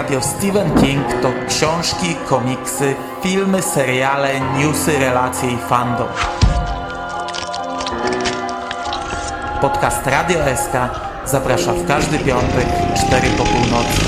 Radio Stephen King to książki, komiksy, filmy, seriale, newsy, relacje i fandom. Podcast Radio SK zaprasza w każdy piątek 4 po północy.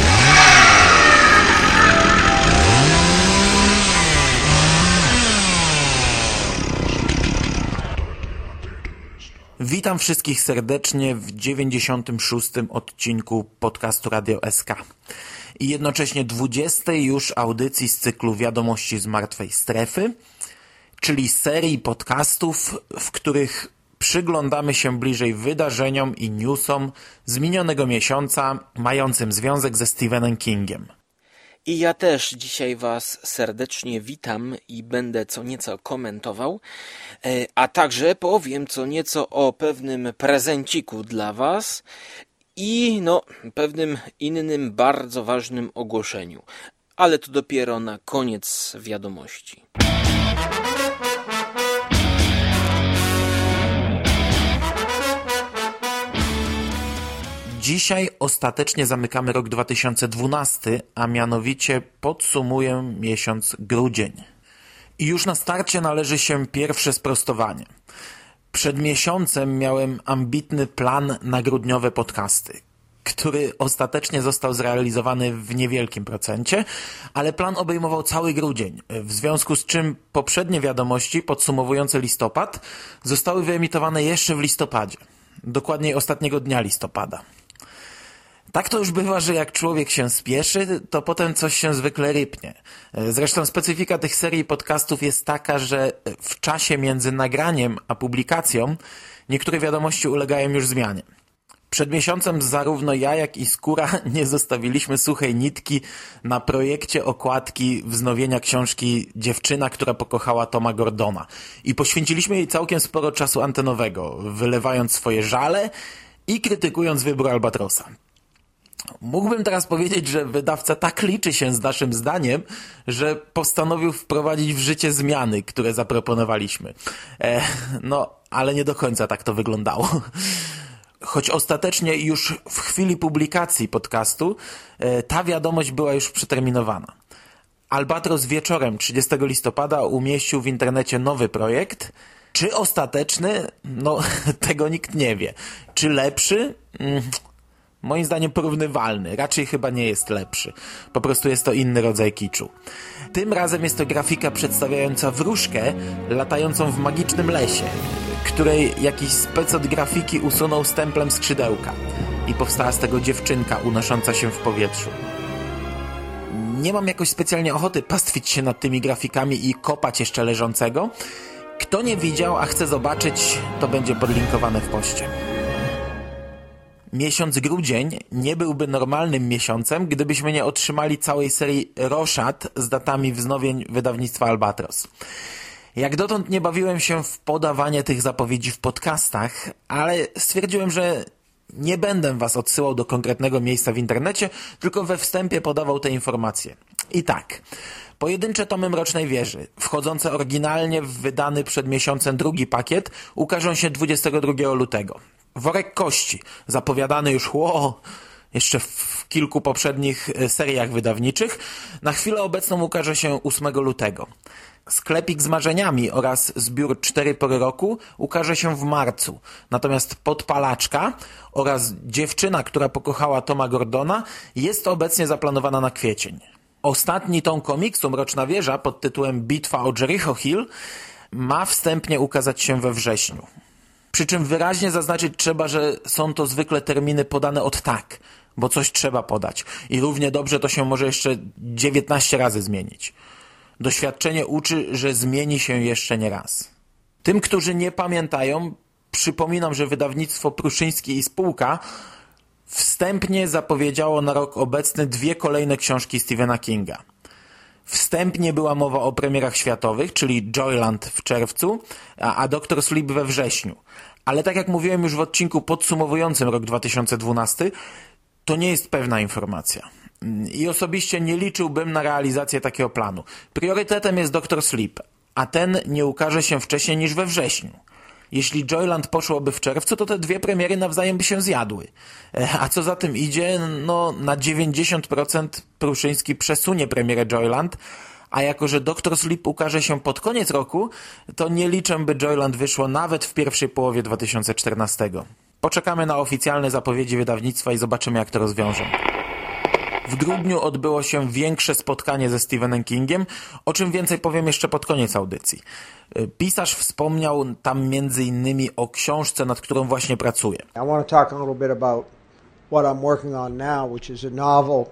Witam wszystkich serdecznie w 96. odcinku podcastu Radio SK i jednocześnie 20. już audycji z cyklu Wiadomości z Martwej Strefy, czyli serii podcastów, w których przyglądamy się bliżej wydarzeniom i newsom z minionego miesiąca mającym związek ze Stephenem Kingiem. I ja też dzisiaj Was serdecznie witam i będę co nieco komentował, a także powiem co nieco o pewnym prezenciku dla Was i pewnym innym bardzo ważnym ogłoszeniu. Ale to dopiero na koniec wiadomości. Dzisiaj ostatecznie zamykamy rok 2012, a mianowicie podsumuję miesiąc grudzień. I już na starcie należy się pierwsze sprostowanie. Przed miesiącem miałem ambitny plan na grudniowe podcasty, który ostatecznie został zrealizowany w niewielkim procencie, ale plan obejmował cały grudzień, w związku z czym poprzednie wiadomości podsumowujące listopad zostały wyemitowane jeszcze w listopadzie, dokładniej ostatniego dnia listopada. Tak to już bywa, że jak człowiek się spieszy, to potem coś się zwykle rypnie. Zresztą specyfika tych serii podcastów jest taka, że w czasie między nagraniem a publikacją niektóre wiadomości ulegają już zmianie. Przed miesiącem zarówno ja, jak i Skóra nie zostawiliśmy suchej nitki na projekcie okładki wznowienia książki Dziewczyna, która pokochała Toma Gordona. I poświęciliśmy jej całkiem sporo czasu antenowego, wylewając swoje żale i krytykując wybór Albatrosa. Mógłbym teraz powiedzieć, że wydawca tak liczy się z naszym zdaniem, że postanowił wprowadzić w życie zmiany, które zaproponowaliśmy. Ale nie do końca tak to wyglądało. Choć ostatecznie już w chwili publikacji podcastu ta wiadomość była już przeterminowana. Albatros wieczorem 30 listopada umieścił w internecie nowy projekt. Czy ostateczny? Tego nikt nie wie. Czy lepszy? Moim zdaniem porównywalny. Raczej chyba nie jest lepszy. Po prostu jest to inny rodzaj kiczu. Tym razem jest to grafika przedstawiająca wróżkę latającą w magicznym lesie, której jakiś spec od grafiki usunął stemplem skrzydełka i powstała z tego dziewczynka unosząca się w powietrzu. Nie mam jakoś specjalnie ochoty pastwić się nad tymi grafikami i kopać jeszcze leżącego. Kto nie widział, a chce zobaczyć, to będzie podlinkowane w poście. Miesiąc grudzień nie byłby normalnym miesiącem, gdybyśmy nie otrzymali całej serii roszad z datami wznowień wydawnictwa Albatros. Jak dotąd nie bawiłem się w podawanie tych zapowiedzi w podcastach, ale stwierdziłem, że nie będę Was odsyłał do konkretnego miejsca w internecie, tylko we wstępie podawał te informacje. I tak, pojedyncze tomy Mrocznej Wieży, wchodzące oryginalnie w wydany przed miesiącem drugi pakiet, ukażą się 22 lutego. Worek Kości, zapowiadany już jeszcze w kilku poprzednich seriach wydawniczych, na chwilę obecną ukaże się 8 lutego. Sklepik z marzeniami oraz zbiór 4 pory roku ukaże się w marcu, natomiast Podpalaczka oraz Dziewczyna, która pokochała Toma Gordona jest obecnie zaplanowana na kwiecień. Ostatni tom komiksu Mroczna Wieża pod tytułem Bitwa o Jericho Hill ma wstępnie ukazać się we wrześniu. Przy czym wyraźnie zaznaczyć trzeba, że są to zwykle terminy podane od tak, bo coś trzeba podać i równie dobrze to się może jeszcze 19 razy zmienić. Doświadczenie uczy, że zmieni się jeszcze nie raz. Tym, którzy nie pamiętają, przypominam, że wydawnictwo Pruszyński i spółka wstępnie zapowiedziało na rok obecny 2 kolejne książki Stephena Kinga. Wstępnie była mowa o premierach światowych, czyli Joyland w czerwcu, a Dr. Sleep we wrześniu. Ale tak jak mówiłem już w odcinku podsumowującym rok 2012, to nie jest pewna informacja. I osobiście nie liczyłbym na realizację takiego planu. Priorytetem jest Dr. Sleep, a ten nie ukaże się wcześniej niż we wrześniu. Jeśli Joyland poszłoby w czerwcu, to te dwie premiery nawzajem by się zjadły. A co za tym idzie, no na 90% Pruszyński przesunie premierę Joyland, a jako że Dr. Sleep ukaże się pod koniec roku, to nie liczę, by Joyland wyszło nawet w pierwszej połowie 2014. Poczekamy na oficjalne zapowiedzi wydawnictwa i zobaczymy, jak to rozwiążą. W grudniu odbyło się większe spotkanie ze Stephenem Kingiem, o czym więcej powiem jeszcze pod koniec audycji. Pisarz wspomniał tam m.in. o książce, nad którą właśnie pracuje. I want to talk a little bit about what I'm working on now, which is a novel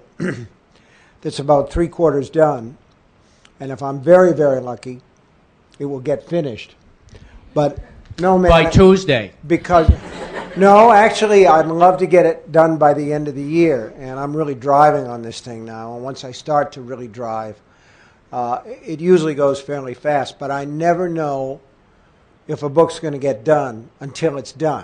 that's about 3/4 done. And if I'm very, very lucky, it will get finished. But no man... By Tuesday. Because... No, actually, I'd love to get it done by the end of the year, and I'm really driving on this thing now. And once I start to really drive, it usually goes fairly fast, but I never know if a book's going to get done until it's done.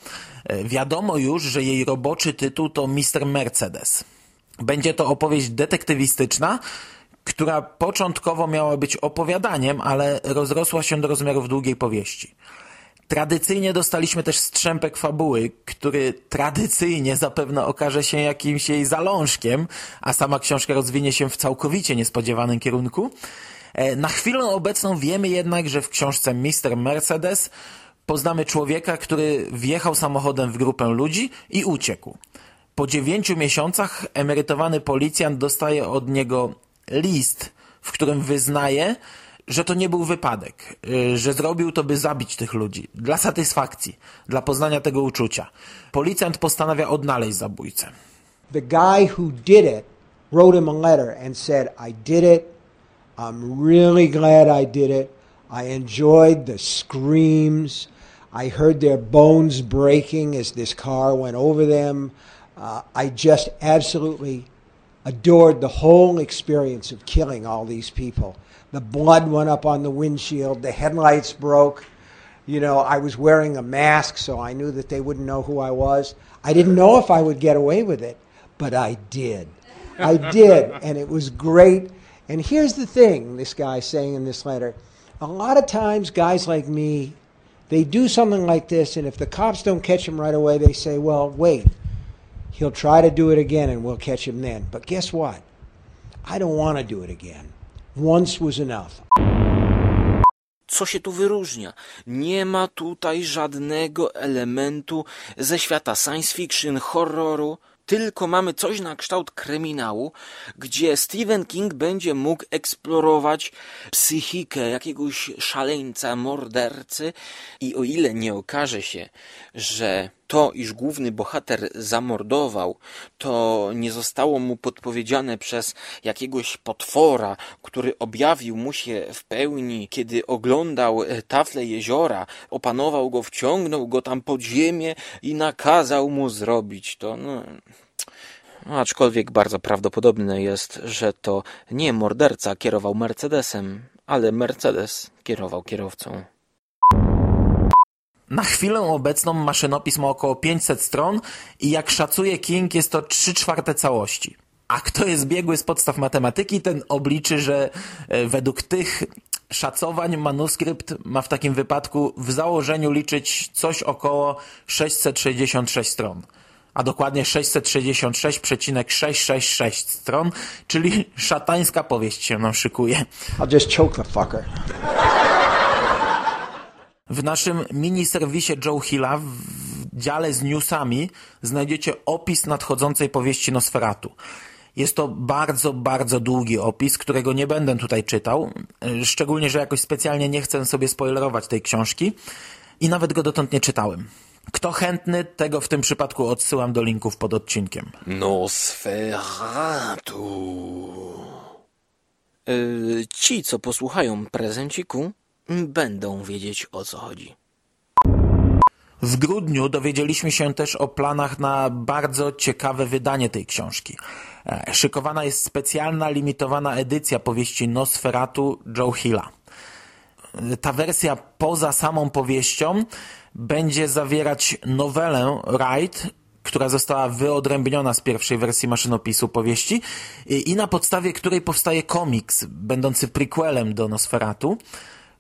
Wiadomo już, że jej roboczy tytuł to Mr. Mercedes. Będzie to opowieść detektywistyczna, która początkowo miała być opowiadaniem, ale rozrosła się do rozmiarów długiej powieści. Tradycyjnie dostaliśmy też strzępek fabuły, który tradycyjnie zapewne okaże się jakimś jej zalążkiem, a sama książka rozwinie się w całkowicie niespodziewanym kierunku. Na chwilę obecną wiemy jednak, że w książce Mr. Mercedes poznamy człowieka, który wjechał samochodem w grupę ludzi i uciekł. Po 9 miesiącach emerytowany policjant dostaje od niego list, w którym wyznaje, że to nie był wypadek, że zrobił to, by zabić tych ludzi, dla satysfakcji, dla poznania tego uczucia. Policjant postanawia odnaleźć zabójcę. The guy who did it wrote him a letter and said, I did it, I'm really glad I did it, I enjoyed the screams, I heard their bones breaking as this car went over them, I just absolutely adored the whole experience of killing all these people. The blood went up on the windshield, the headlights broke. You know, I was wearing a mask, so I knew that they wouldn't know who I was. I didn't know if I would get away with it, but I did. I did, and it was great. And here's the thing, this guy's saying in this letter. A lot of times, guys like me, they do something like this, and if the cops don't catch him right away, they say, well, wait. He'll try to do it again, and we'll catch him then. But guess what? I don't want to do it again. Once was enough. Co się tu wyróżnia? Nie ma tutaj żadnego elementu ze świata science fiction, horroru, tylko mamy coś na kształt kryminału, gdzie Stephen King będzie mógł eksplorować psychikę jakiegoś szaleńca, mordercy i o ile nie okaże się, że to, iż główny bohater zamordował, to nie zostało mu podpowiedziane przez jakiegoś potwora, który objawił mu się w pełni, kiedy oglądał taflę jeziora, opanował go, wciągnął go tam pod ziemię i nakazał mu zrobić to. Aczkolwiek bardzo prawdopodobne jest, że to nie morderca kierował Mercedesem, ale Mercedes kierował kierowcą. Na chwilę obecną maszynopis ma około 500 stron i jak szacuje King, jest to 3/4 całości. A kto jest biegły z podstaw matematyki, ten obliczy, że według tych szacowań manuskrypt ma w takim wypadku w założeniu liczyć coś około 666 stron. A dokładnie 666,666 stron, czyli szatańska powieść się nam szykuje. I'll just choke the fucker. W naszym mini-serwisie Joe Hilla w dziale z newsami znajdziecie opis nadchodzącej powieści Nosferatu. Jest to bardzo, bardzo długi opis, którego nie będę tutaj czytał, szczególnie, że jakoś specjalnie nie chcę sobie spoilerować tej książki i nawet go dotąd nie czytałem. Kto chętny, tego w tym przypadku odsyłam do linków pod odcinkiem. Nosferatu. Ci, co posłuchają prezenciku, będą wiedzieć, o co chodzi. W grudniu dowiedzieliśmy się też o planach na bardzo ciekawe wydanie tej książki. Szykowana jest specjalna, limitowana edycja powieści Nosferatu Joe Hilla. Ta wersja poza samą powieścią będzie zawierać nowelę Ride, która została wyodrębniona z pierwszej wersji maszynopisu powieści i na podstawie której powstaje komiks, będący prequelem do Nosferatu.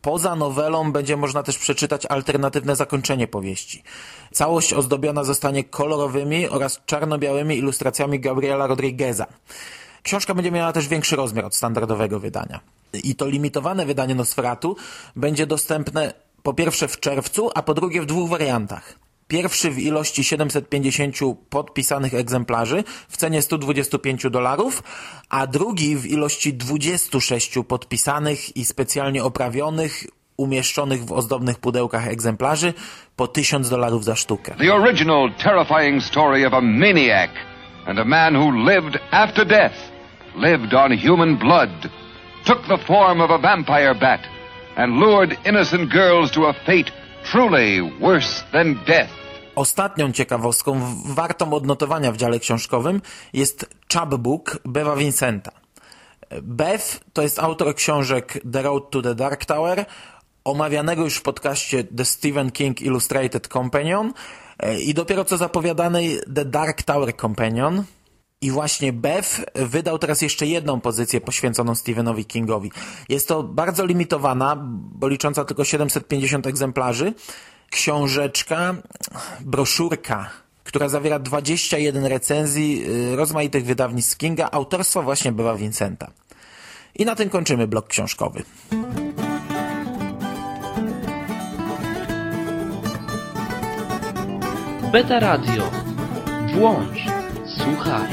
Poza nowelą będzie można też przeczytać alternatywne zakończenie powieści. Całość ozdobiona zostanie kolorowymi oraz czarno-białymi ilustracjami Gabriela Rodrigueza. Książka będzie miała też większy rozmiar od standardowego wydania. I to limitowane wydanie Nosferatu będzie dostępne po pierwsze w czerwcu, a po drugie w 2 wariantach. Pierwszy w ilości 750 podpisanych egzemplarzy w cenie $125, a drugi w ilości 26 podpisanych i specjalnie oprawionych, umieszczonych w ozdobnych pudełkach egzemplarzy po $1000 za sztukę. The original terrifying story of a maniac and a man who lived after death, lived on human blood, took the form of a vampire bat and lured innocent girls to a fate truly worse than death. Ostatnią ciekawostką, wartą odnotowania w dziale książkowym, jest chapbook Beva Vincenta. Bev to jest autor książek The Road to the Dark Tower, omawianego już w podcaście The Stephen King Illustrated Companion i dopiero co zapowiadanej The Dark Tower Companion. I właśnie Bev wydał teraz jeszcze jedną pozycję poświęconą Stephenowi Kingowi. Jest to bardzo limitowana, bo licząca tylko 750 egzemplarzy, książeczka, broszurka, która zawiera 21 recenzji rozmaitych wydawnictw Kinga, autorstwa właśnie Beva Vincenta. I na tym kończymy blok książkowy. Beta Radio. Włącz, słuchaj.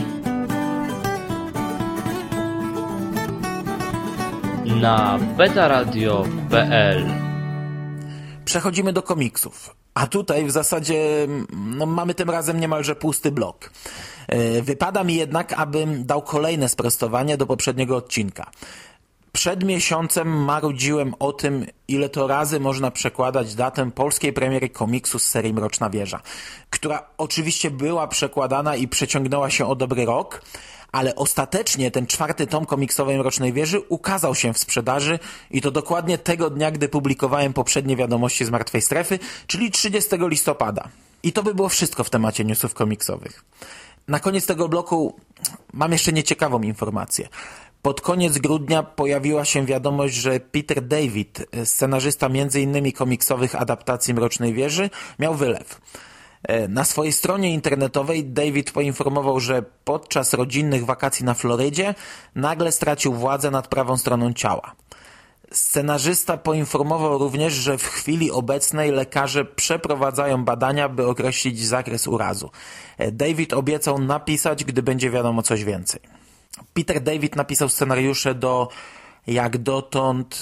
Na betaradio.pl. Przechodzimy do komiksów. A tutaj w zasadzie mamy tym razem niemalże pusty blok. Wypada mi jednak, abym dał kolejne sprostowanie do poprzedniego odcinka. Przed miesiącem marudziłem o tym, ile to razy można przekładać datę polskiej premiery komiksu z serii Mroczna Wieża, która oczywiście była przekładana i przeciągnęła się o dobry rok, ale ostatecznie ten 4. tom komiksowej Mrocznej Wieży ukazał się w sprzedaży i to dokładnie tego dnia, gdy publikowałem poprzednie wiadomości z Martwej Strefy, czyli 30 listopada. I to by było wszystko w temacie newsów komiksowych. Na koniec tego bloku mam jeszcze nieciekawą informację. Pod koniec grudnia pojawiła się wiadomość, że Peter David, scenarzysta m.in. komiksowych adaptacji Mrocznej Wieży, miał wylew. Na swojej stronie internetowej David poinformował, że podczas rodzinnych wakacji na Florydzie nagle stracił władzę nad prawą stroną ciała. Scenarzysta poinformował również, że w chwili obecnej lekarze przeprowadzają badania, by określić zakres urazu. David obiecał napisać, gdy będzie wiadomo coś więcej. Peter David napisał scenariusze do jak dotąd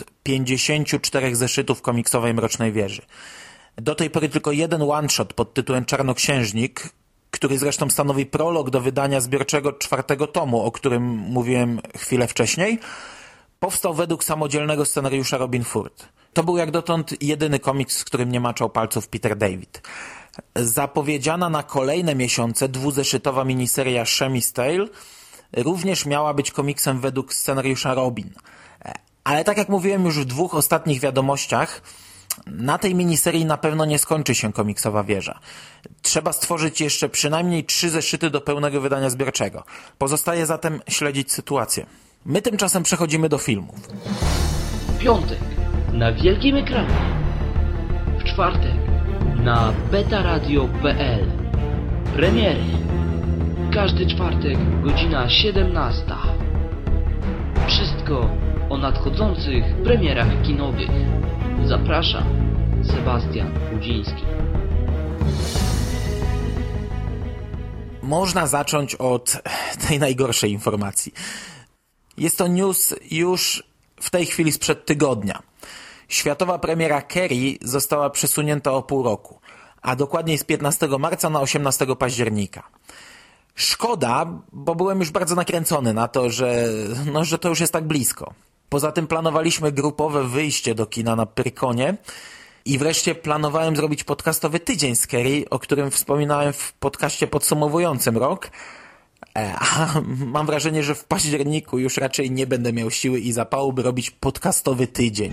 54 zeszytów komiksowej Mrocznej Wieży. Do tej pory tylko jeden one-shot pod tytułem Czarnoksiężnik, który zresztą stanowi prolog do wydania zbiorczego 4. tomu, o którym mówiłem chwilę wcześniej, powstał według samodzielnego scenariusza Robin Ford. To był jak dotąd jedyny komiks, z którym nie maczał palców Peter David. Zapowiedziana na kolejne miesiące 2-zeszytowa miniseria Shami's Tale również miała być komiksem według scenariusza Robin. Ale tak jak mówiłem już w 2 ostatnich wiadomościach, na tej miniserii na pewno nie skończy się komiksowa wieża. Trzeba stworzyć jeszcze przynajmniej 3 zeszyty do pełnego wydania zbiorczego. Pozostaje zatem śledzić sytuację. My tymczasem przechodzimy do filmów. W piątek na wielkim ekranie. W czwartek na betaradio.pl. Premiery. Każdy czwartek, godzina 17. Wszystko o nadchodzących premierach kinowych. Zapraszam, Sebastian Budziński. Można zacząć od tej najgorszej informacji. Jest to news już w tej chwili sprzed tygodnia. Światowa premiera Carrie została przesunięta o pół roku, a dokładniej z 15 marca na 18 października. Szkoda, bo byłem już bardzo nakręcony na to, że to już jest tak blisko. Poza tym planowaliśmy grupowe wyjście do kina na Pyrkonie i wreszcie planowałem zrobić podcastowy tydzień z Carrie, o którym wspominałem w podcaście podsumowującym rok, a mam wrażenie, że w październiku już raczej nie będę miał siły i zapału, by robić podcastowy tydzień.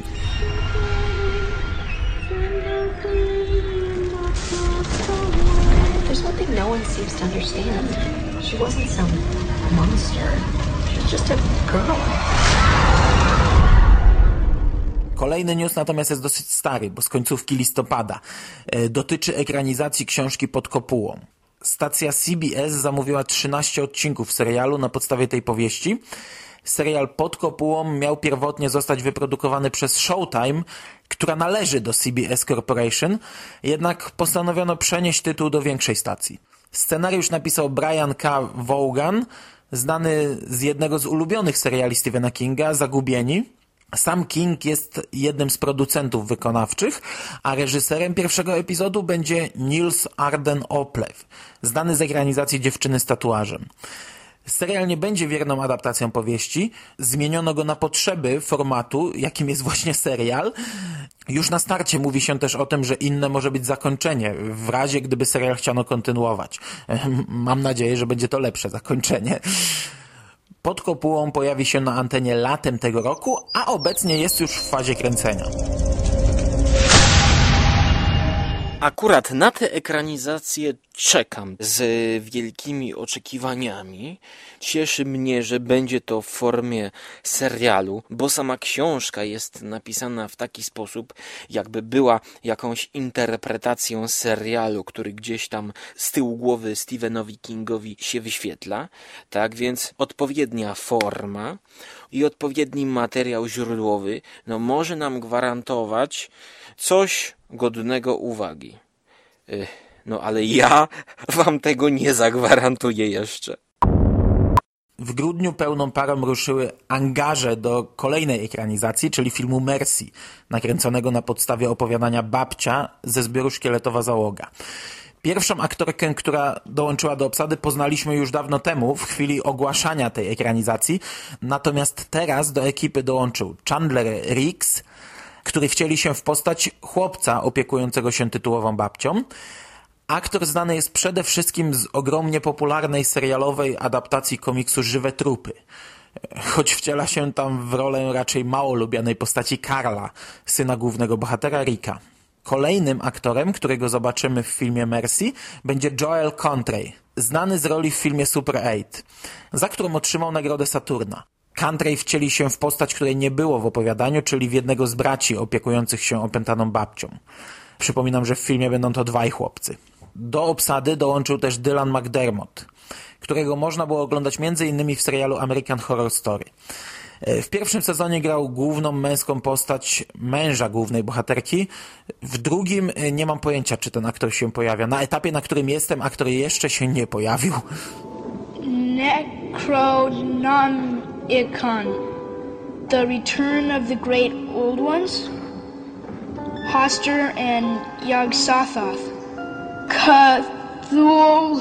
There's one thing no one seems to understand. She wasn't some monster. She was just a girl. Kolejny news natomiast jest dosyć stary, bo z końcówki listopada. Dotyczy ekranizacji książki Pod kopułą. Stacja CBS zamówiła 13 odcinków serialu na podstawie tej powieści. Serial Pod kopułą miał pierwotnie zostać wyprodukowany przez Showtime, która należy do CBS Corporation, jednak postanowiono przenieść tytuł do większej stacji. Scenariusz napisał Brian K. Vaughan, znany z jednego z ulubionych seriali Stephena Kinga, Zagubieni. Sam King jest jednym z producentów wykonawczych, a reżyserem pierwszego epizodu będzie Niels Arden Oplew, znany z ekranizacji Dziewczyny z tatuażem. Serial nie będzie wierną adaptacją powieści, zmieniono go na potrzeby formatu, jakim jest właśnie serial. Już na starcie mówi się też o tym, że inne może być zakończenie, w razie gdyby serial chciano kontynuować. Mam nadzieję, że będzie to lepsze zakończenie. Pod kopułą pojawi się na antenie latem tego roku, a obecnie jest już w fazie kręcenia. Akurat na tę ekranizację czekam z wielkimi oczekiwaniami. Cieszy mnie, że będzie to w formie serialu, bo sama książka jest napisana w taki sposób, jakby była jakąś interpretacją serialu, który gdzieś tam z tyłu głowy Stephenowi Kingowi się wyświetla. Tak więc odpowiednia forma i odpowiedni materiał źródłowy może nam gwarantować coś godnego uwagi. Ale ja wam tego nie zagwarantuję jeszcze. W grudniu pełną parą ruszyły angaże do kolejnej ekranizacji, czyli filmu Mercy, nakręconego na podstawie opowiadania Babcia ze zbioru Szkieletowa załoga. Pierwszą aktorkę, która dołączyła do obsady, poznaliśmy już dawno temu, w chwili ogłaszania tej ekranizacji, natomiast teraz do ekipy dołączył Chandler Riggs, który wcieli się w postać chłopca opiekującego się tytułową babcią. Aktor znany jest przede wszystkim z ogromnie popularnej serialowej adaptacji komiksu Żywe trupy, choć wciela się tam w rolę raczej mało lubianej postaci Karla, syna głównego bohatera Ricka. Kolejnym aktorem, którego zobaczymy w filmie Mercy, będzie Joel Country, znany z roli w filmie Super 8, za którą otrzymał nagrodę Saturna. Country wcieli się w postać, której nie było w opowiadaniu, czyli w jednego z braci opiekujących się opętaną babcią. Przypominam, że w filmie będą to dwaj chłopcy. Do obsady dołączył też Dylan McDermott, którego można było oglądać m.in. w serialu American Horror Story. W pierwszym sezonie grał główną męską postać męża głównej bohaterki. W drugim nie mam pojęcia, czy ten aktor się pojawia. Na etapie, na którym jestem, aktor jeszcze się nie pojawił. Necronomicon, The Return of the Great Old Ones, Hoster and Yog-Sothoth, Cthulhu,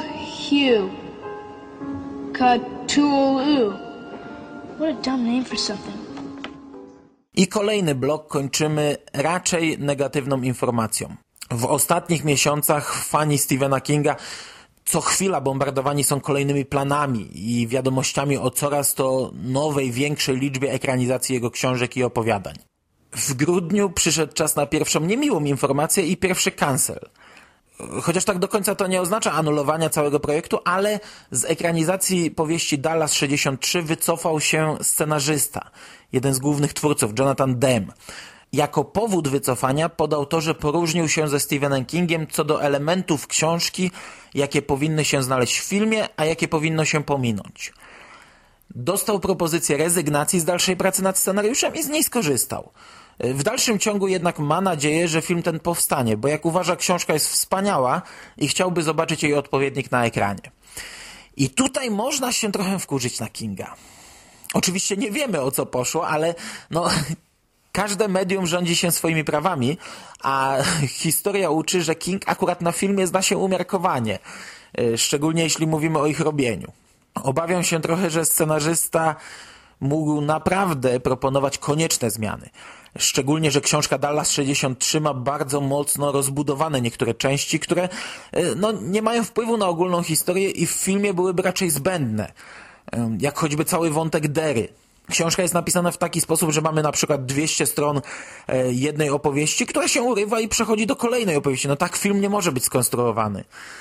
Cthulhu. What a dumb name for something. I kolejny blok kończymy raczej negatywną informacją. W ostatnich miesiącach fani Stephena Kinga co chwila bombardowani są kolejnymi planami i wiadomościami o coraz to nowej, większej liczbie ekranizacji jego książek i opowiadań. W grudniu przyszedł czas na pierwszą niemiłą informację i pierwszy cancel. Chociaż tak do końca to nie oznacza anulowania całego projektu, ale z ekranizacji powieści Dallas 63 wycofał się scenarzysta, jeden z głównych twórców, Jonathan Demme. Jako powód wycofania podał to, że poróżnił się ze Stephenem Kingiem co do elementów książki, jakie powinny się znaleźć w filmie, a jakie powinno się pominąć. Dostał propozycję rezygnacji z dalszej pracy nad scenariuszem i z niej skorzystał. W dalszym ciągu jednak ma nadzieję, że film ten powstanie, bo jak uważa, książka jest wspaniała i chciałby zobaczyć jej odpowiednik na ekranie. I tutaj można się trochę wkurzyć na Kinga. Oczywiście nie wiemy, o co poszło, ale każde medium rządzi się swoimi prawami, a historia uczy, że King akurat na filmie zna się umiarkowanie, szczególnie jeśli mówimy o ich robieniu. Obawiam się trochę, że scenarzysta mógł naprawdę proponować konieczne zmiany. Szczególnie, że książka Dallas 63 ma bardzo mocno rozbudowane niektóre części, które nie mają wpływu na ogólną historię i w filmie byłyby raczej zbędne. Jak choćby cały wątek Dery. Książka jest napisana w taki sposób, że mamy na przykład 200 stron jednej opowieści, która się urywa i przechodzi do kolejnej opowieści. Tak film nie może być skonstruowany.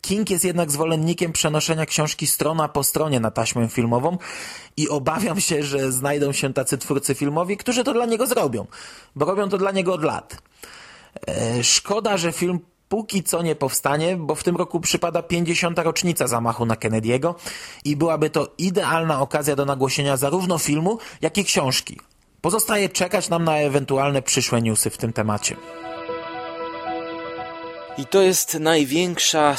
King jest jednak zwolennikiem przenoszenia książki strona po stronie na taśmę filmową i obawiam się, że znajdą się tacy twórcy filmowi, którzy to dla niego zrobią, bo robią to dla niego od lat. Szkoda, że film póki co nie powstanie, bo w tym roku przypada 50. rocznica zamachu na Kennedy'ego i byłaby to idealna okazja do nagłośnienia zarówno filmu, jak i książki. Pozostaje czekać nam na ewentualne przyszłe newsy w tym temacie. I to jest największa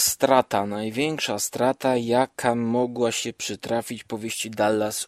strata, jaka mogła się przytrafić powieści Dallas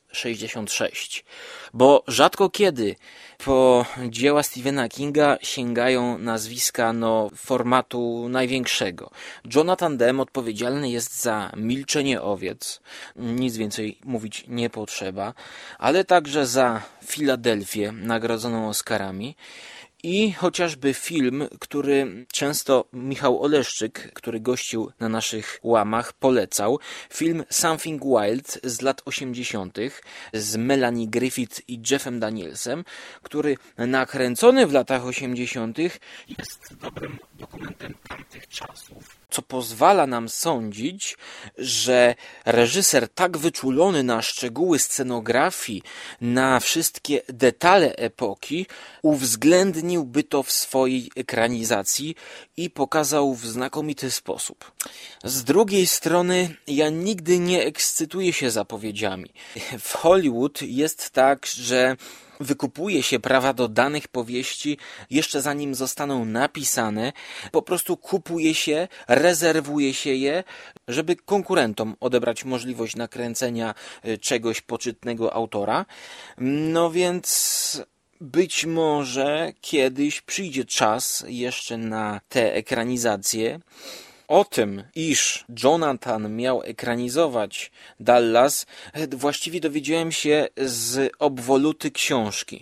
66. Bo rzadko kiedy po dzieła Stephena Kinga sięgają nazwiska formatu największego. Jonathan Demme odpowiedzialny jest za Milczenie owiec, nic więcej mówić nie potrzeba, ale także za Filadelfię, nagrodzoną Oscarami. I chociażby film, który często Michał Oleszczyk, który gościł na naszych łamach, polecał. Film Something Wild z lat 80. z Melanie Griffith i Jeffem Danielsem, który nakręcony w latach 80. jest dobrym dokumentem tamtych czasów. Co pozwala nam sądzić, że reżyser tak wyczulony na szczegóły scenografii, na wszystkie detale epoki, uwzględniłby to w swojej ekranizacji i pokazał w znakomity sposób. Z drugiej strony, ja nigdy nie ekscytuję się zapowiedziami. W Hollywood jest tak, że wykupuje się prawa do danych powieści jeszcze zanim zostaną napisane, po prostu kupuje się, rezerwuje się je, żeby konkurentom odebrać możliwość nakręcenia czegoś poczytnego autora. No więc być może kiedyś przyjdzie czas jeszcze na te ekranizacje. O tym, iż Jonathan miał ekranizować Dallas, właściwie dowiedziałem się z obwoluty książki.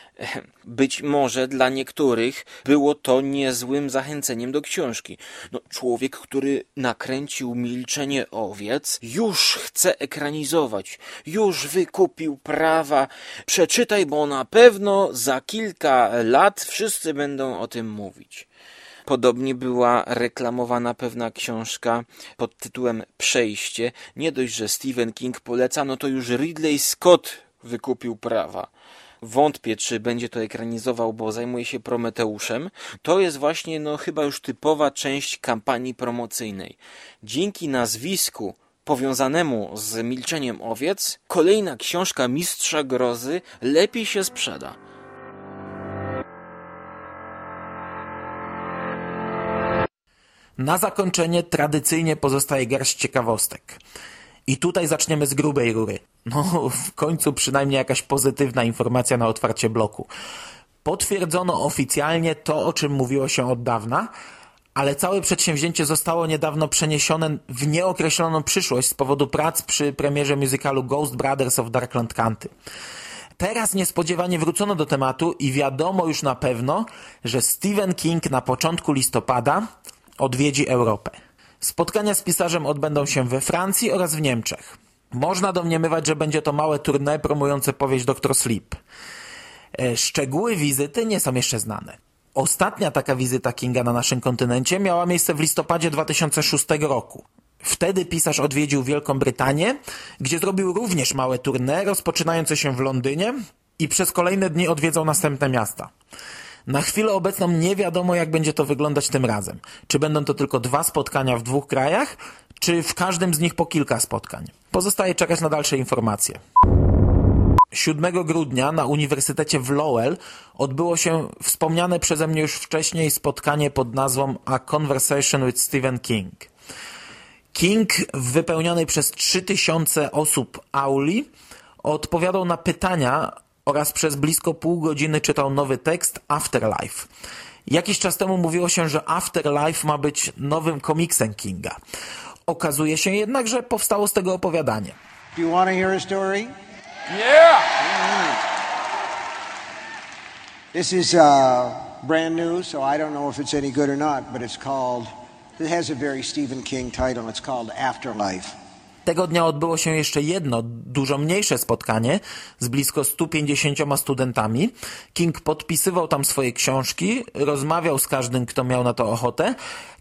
Być może dla niektórych było to niezłym zachęceniem do książki. Człowiek, który nakręcił Milczenie owiec, już chce ekranizować, już wykupił prawa. Przeczytaj, bo na pewno za kilka lat wszyscy będą o tym mówić. Podobnie była reklamowana pewna książka pod tytułem Przejście. Nie dość, że Stephen King poleca, to już Ridley Scott wykupił prawa. Wątpię, czy będzie to ekranizował, bo zajmuje się Prometeuszem. To jest właśnie chyba już typowa część kampanii promocyjnej. Dzięki nazwisku powiązanemu z Milczeniem owiec, kolejna książka Mistrza Grozy lepiej się sprzeda. Na zakończenie tradycyjnie pozostaje garść ciekawostek. I tutaj zaczniemy z grubej rury. W końcu przynajmniej jakaś pozytywna informacja na otwarcie bloku. Potwierdzono oficjalnie to, o czym mówiło się od dawna, ale całe przedsięwzięcie zostało niedawno przeniesione w nieokreśloną przyszłość z powodu prac przy premierze musicalu Ghost Brothers of Darkland County. Teraz niespodziewanie wrócono do tematu i wiadomo już na pewno, że Stephen King na początku listopada odwiedzi Europę. Spotkania z pisarzem odbędą się we Francji oraz w Niemczech. Można domniemywać, że będzie to małe tournée promujące powieść Dr. Sleep. Szczegóły wizyty nie są jeszcze znane. Ostatnia taka wizyta Kinga na naszym kontynencie miała miejsce w listopadzie 2006 roku. Wtedy pisarz odwiedził Wielką Brytanię, gdzie zrobił również małe tournée rozpoczynające się w Londynie i przez kolejne dni odwiedzał następne miasta. Na chwilę obecną nie wiadomo, jak będzie to wyglądać tym razem. Czy będą to tylko 2 spotkania w 2 krajach, czy w każdym z nich po kilka spotkań. Pozostaje czekać na dalsze informacje. 7 grudnia na Uniwersytecie w Lowell odbyło się wspomniane przeze mnie już wcześniej spotkanie pod nazwą A Conversation with Stephen King. King w wypełnionej przez 3000 osób auli odpowiadał na pytania oraz przez blisko pół godziny czytał nowy tekst Afterlife. Jakiś czas temu mówiło się, że Afterlife ma być nowym komiksem Kinga. Okazuje się jednak, że powstało z tego opowiadanie. Do you want to hear a story? Yeah! This is brand new, so I don't know if it's any good or not, but it has a very Stephen King title. It's called Afterlife. Tego dnia odbyło się jeszcze jedno, dużo mniejsze spotkanie z blisko 150 studentami. King podpisywał tam swoje książki, rozmawiał z każdym, kto miał na to ochotę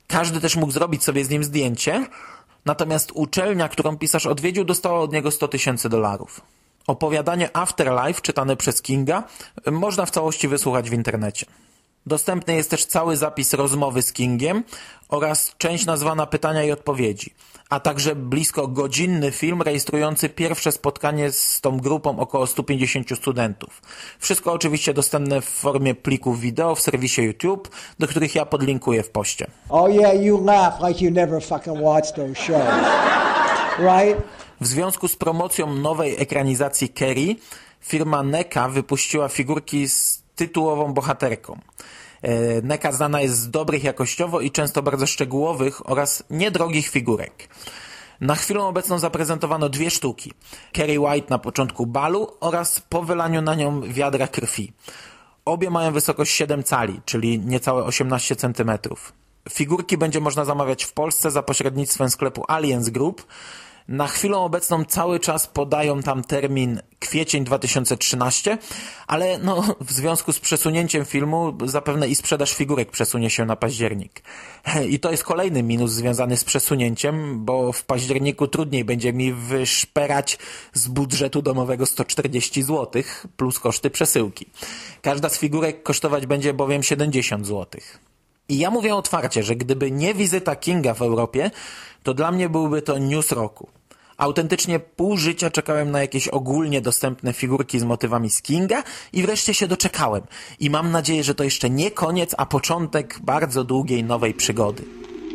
Każdy też mógł zrobić sobie z nim zdjęcie, natomiast uczelnia, którą pisarz odwiedził, dostała od niego $100,000. Opowiadanie Afterlife, czytane przez Kinga, można w całości wysłuchać w internecie. Dostępny jest też cały zapis rozmowy z Kingiem oraz część nazwana Pytania i odpowiedzi, a także blisko godzinny film rejestrujący pierwsze spotkanie z tą grupą około 150 studentów. Wszystko oczywiście dostępne w formie plików wideo w serwisie YouTube, do których ja podlinkuję w poście. Oh yeah, you laugh like you never fucking watched those shows. Right? W związku z promocją nowej ekranizacji Carrie, firma NECA wypuściła figurki z tytułową bohaterką. NECA znana jest z dobrych jakościowo i często bardzo szczegółowych oraz niedrogich figurek. Na chwilę obecną zaprezentowano 2 sztuki. Carrie White na początku balu oraz po wylaniu na nią wiadra krwi. Obie mają wysokość 7 cali, czyli niecałe 18 cm. Figurki będzie można zamawiać w Polsce za pośrednictwem sklepu Aliens Group. Na chwilę obecną cały czas podają tam termin kwiecień 2013, ale w związku z przesunięciem filmu zapewne i sprzedaż figurek przesunie się na październik. I to jest kolejny minus związany z przesunięciem, bo w październiku trudniej będzie mi wyszperać z budżetu domowego 140 zł plus koszty przesyłki. Każda z figurek kosztować będzie bowiem 70 zł. I ja mówię otwarcie, że gdyby nie wizyta Kinga w Europie, to dla mnie byłby to news roku. Autentycznie pół życia czekałem na jakieś ogólnie dostępne figurki z motywami z Kinga i wreszcie się doczekałem. I mam nadzieję, że to jeszcze nie koniec, a początek bardzo długiej nowej przygody.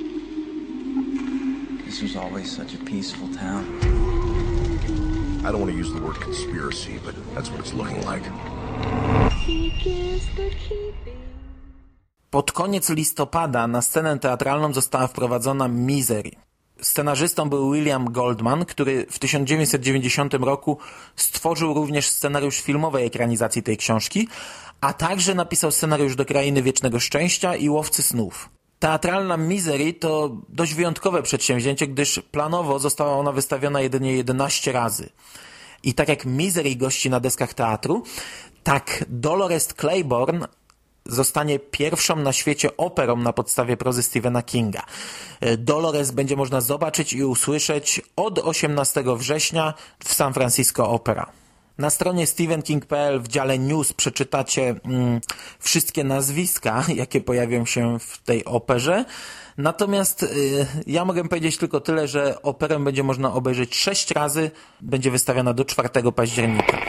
This was always such a peaceful town. I don't want to use the word conspiracy, but that's what it's looking like. Pod koniec listopada na scenę teatralną została wprowadzona Misery. Scenarzystą był William Goldman, który w 1990 roku stworzył również scenariusz filmowej ekranizacji tej książki, a także napisał scenariusz do Krainy Wiecznego Szczęścia i Łowcy Snów. Teatralna Misery to dość wyjątkowe przedsięwzięcie, gdyż planowo została ona wystawiona jedynie 11 razy. I tak jak Misery gości na deskach teatru, tak Dolores Claiborne zostanie pierwszą na świecie operą na podstawie prozy Stephena Kinga. Dolores będzie można zobaczyć i usłyszeć od 18 września w San Francisco Opera. Na stronie stephenking.pl w dziale news przeczytacie wszystkie nazwiska, jakie pojawią się w tej operze. Natomiast ja mogę powiedzieć tylko tyle, że operę będzie można obejrzeć 6 razy, będzie wystawiona do 4 października.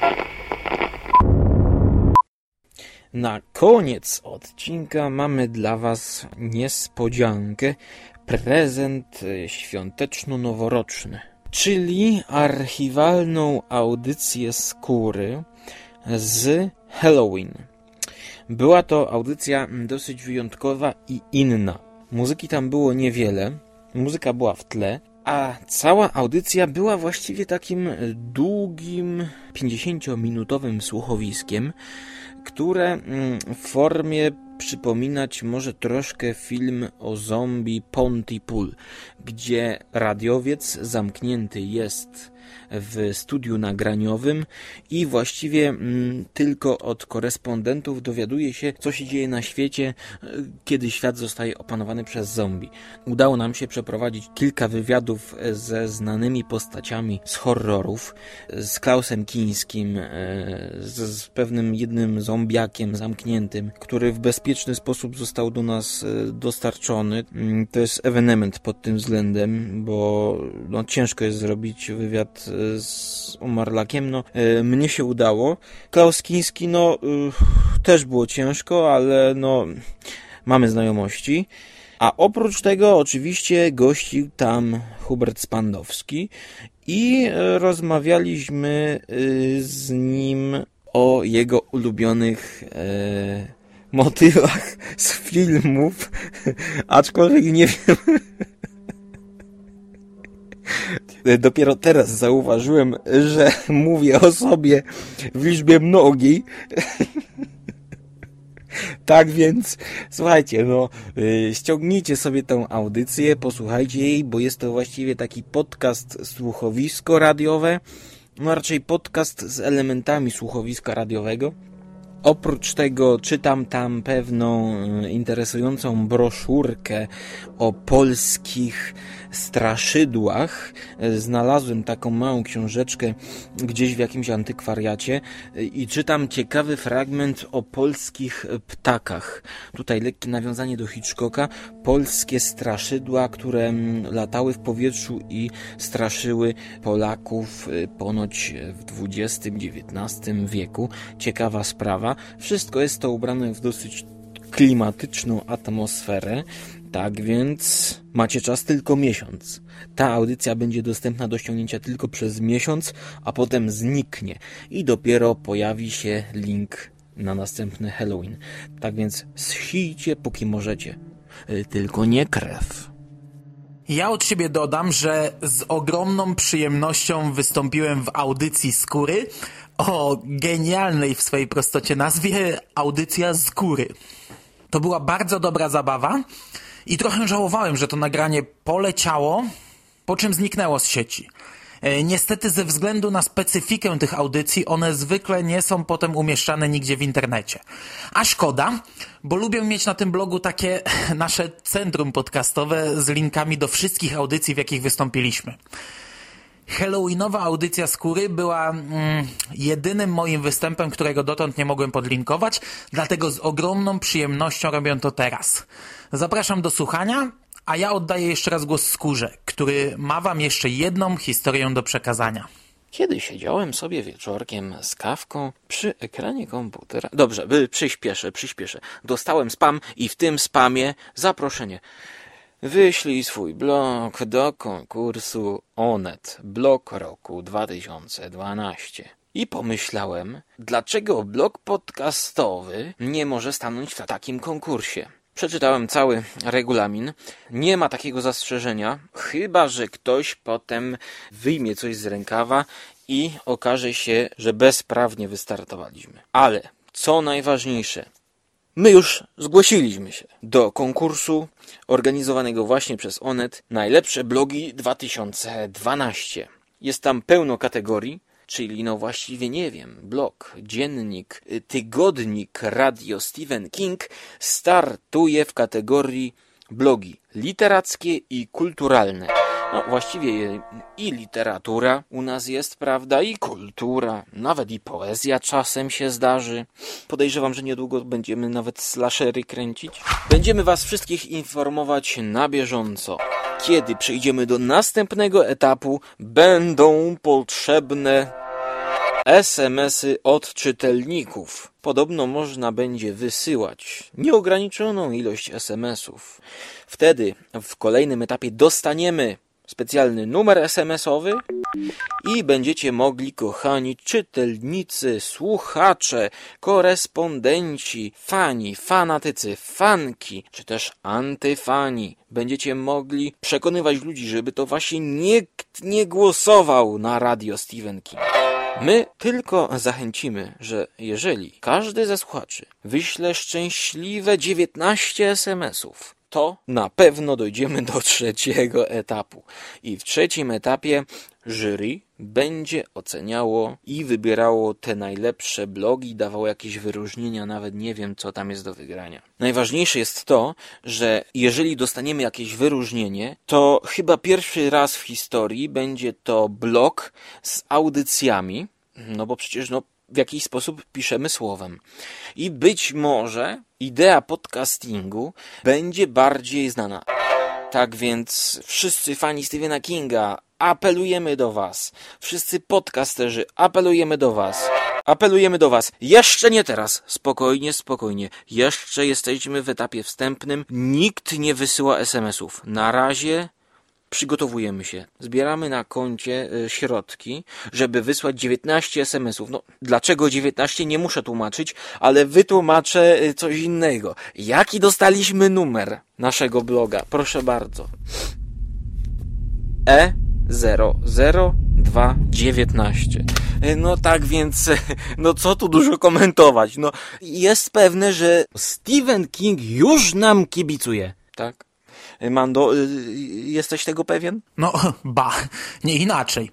Na koniec odcinka mamy dla Was niespodziankę, prezent świąteczno-noworoczny, czyli archiwalną audycję Skóry z Halloween. Była to audycja dosyć wyjątkowa i inna. Muzyki tam było niewiele, muzyka była w tle, a cała audycja była właściwie takim długim, 50-minutowym słuchowiskiem, które w formie przypominać może troszkę film o zombie Pontypool, gdzie radiowiec zamknięty jest w studiu nagraniowym i właściwie tylko od korespondentów dowiaduje się, co się dzieje na świecie, kiedy świat zostaje opanowany przez zombie. Udało nam się przeprowadzić kilka wywiadów ze znanymi postaciami z horrorów, z Klausem Kinskим, z pewnym jednym zombiakiem zamkniętym, który w bezpieczny sposób został do nas dostarczony. To jest ewenement pod tym względem, bo ciężko jest zrobić wywiad z umarlakiem. Mnie się udało. Klaus Kinski, też było ciężko, ale mamy znajomości. A oprócz tego oczywiście gościł tam Hubert Spandowski i rozmawialiśmy z nim o jego ulubionych motywach z filmów, aczkolwiek nie wiem. Dopiero teraz zauważyłem, że mówię o sobie w liczbie mnogiej. Tak więc, słuchajcie, ściągnijcie sobie tą audycję, posłuchajcie jej, bo jest to właściwie taki podcast słuchowisko radiowe, raczej podcast z elementami słuchowiska radiowego. Oprócz tego czytam tam pewną interesującą broszurkę o polskich straszydłach. Znalazłem taką małą książeczkę gdzieś w jakimś antykwariacie i czytam ciekawy fragment o polskich ptakach. Tutaj lekkie nawiązanie do Hitchcocka. Polskie straszydła, które latały w powietrzu i straszyły Polaków ponoć w XX-XIX wieku. Ciekawa sprawa. Wszystko jest to ubrane w dosyć klimatyczną atmosferę. Tak więc macie czas tylko miesiąc. Ta audycja będzie dostępna do ściągnięcia tylko przez miesiąc, a potem zniknie i dopiero pojawi się link na następny Halloween. Tak więc zsijcie póki możecie. Tylko nie krew. Ja od siebie dodam, że z ogromną przyjemnością wystąpiłem w audycji Skóry o genialnej w swojej prostocie nazwie Audycja z Góry. To była bardzo dobra zabawa i trochę żałowałem, że to nagranie poleciało, po czym zniknęło z sieci. Niestety ze względu na specyfikę tych audycji one zwykle nie są potem umieszczane nigdzie w internecie. A szkoda, bo lubię mieć na tym blogu takie nasze centrum podcastowe z linkami do wszystkich audycji, w jakich wystąpiliśmy. Halloweenowa audycja Skóry była jedynym moim występem, którego dotąd nie mogłem podlinkować, dlatego z ogromną przyjemnością robię to teraz. Zapraszam do słuchania, a ja oddaję jeszcze raz głos Skórze, który ma wam jeszcze jedną historię do przekazania. Kiedy siedziałem sobie wieczorkiem z kawką przy ekranie komputera... Dobrze, przyspieszę. Dostałem spam i w tym spamie zaproszenie. Wyślij swój blog do konkursu Onet, blog roku 2012. I pomyślałem, dlaczego blog podcastowy nie może stanąć w takim konkursie? Przeczytałem cały regulamin. Nie ma takiego zastrzeżenia, chyba że ktoś potem wyjmie coś z rękawa i okaże się, że bezprawnie wystartowaliśmy. Ale co najważniejsze, my już zgłosiliśmy się do konkursu organizowanego właśnie przez Onet Najlepsze blogi 2012. Jest tam pełno kategorii, czyli właściwie nie wiem, blog, dziennik, tygodnik, radio Stephen King startuje w kategorii blogi literackie i kulturalne. Właściwie i literatura u nas jest, prawda, i kultura, nawet i poezja czasem się zdarzy. Podejrzewam, że niedługo będziemy nawet slashery kręcić. Będziemy was wszystkich informować na bieżąco. Kiedy przejdziemy do następnego etapu, będą potrzebne SMS-y od czytelników. Podobno można będzie wysyłać nieograniczoną ilość SMS-ów. Wtedy w kolejnym etapie dostaniemy specjalny numer SMS-owy i będziecie mogli, kochani czytelnicy, słuchacze, korespondenci, fani, fanatycy, fanki, czy też antyfani, będziecie mogli przekonywać ludzi, żeby to właśnie nikt nie głosował na radio Stephen King. My tylko zachęcimy, że jeżeli każdy ze słuchaczy wyśle szczęśliwe 19 SMS-ów, to na pewno dojdziemy do trzeciego etapu. I w trzecim etapie jury będzie oceniało i wybierało te najlepsze blogi, dawało jakieś wyróżnienia, nawet nie wiem, co tam jest do wygrania. Najważniejsze jest to, że jeżeli dostaniemy jakieś wyróżnienie, to chyba pierwszy raz w historii będzie to blog z audycjami, bo przecież w jakiś sposób piszemy słowem. I być może idea podcastingu będzie bardziej znana. Tak więc wszyscy fani Stephena Kinga, apelujemy do was. Wszyscy podcasterzy, apelujemy do was. Apelujemy do was. Jeszcze nie teraz. Spokojnie. Jeszcze jesteśmy w etapie wstępnym. Nikt nie wysyła SMS-ów. Na razie przygotowujemy się. Zbieramy na koncie środki, żeby wysłać 19 SMS-ów. Dlaczego 19? Nie muszę tłumaczyć, ale wytłumaczę coś innego. Jaki dostaliśmy numer naszego bloga? Proszę bardzo. E00219. Tak więc, co tu dużo komentować. Jest pewne, że Stephen King już nam kibicuje. Tak? Mando, jesteś tego pewien? No, nie inaczej.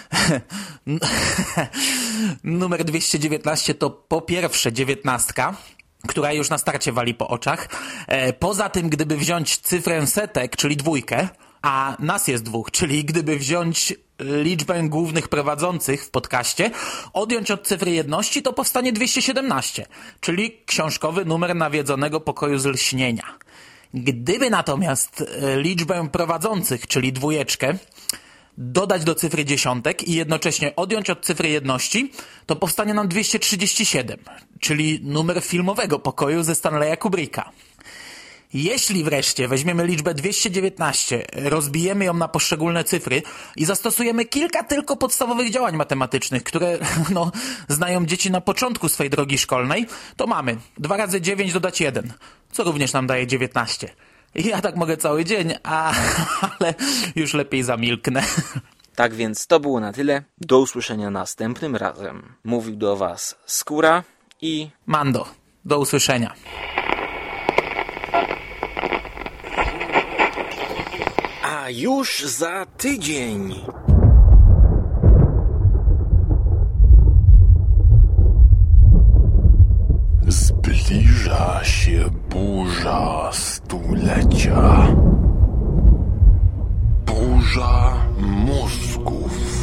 Numer 219 to po pierwsze 19, która już na starcie wali po oczach. Poza tym, gdyby wziąć cyfrę setek, czyli 2, a nas jest 2, czyli gdyby wziąć liczbę głównych prowadzących w podcaście, odjąć od cyfry jedności, to powstanie 217, czyli książkowy numer nawiedzonego pokoju z lśnienia. Gdyby natomiast liczbę prowadzących, czyli 2, dodać do cyfry dziesiątek i jednocześnie odjąć od cyfry jedności, to powstanie nam 237, czyli numer filmowego pokoju ze Stanleya Kubricka. Jeśli wreszcie weźmiemy liczbę 219, rozbijemy ją na poszczególne cyfry i zastosujemy kilka tylko podstawowych działań matematycznych, które znają dzieci na początku swej drogi szkolnej, to mamy 2 razy 9 dodać 1, co również nam daje 19. Ja tak mogę cały dzień, ale już lepiej zamilknę. Tak więc to było na tyle. Do usłyszenia następnym razem. Mówił do Was Skóra i Mando. Do usłyszenia. A już za tydzień. Zbliża się burza stulecia. Burza mózgów.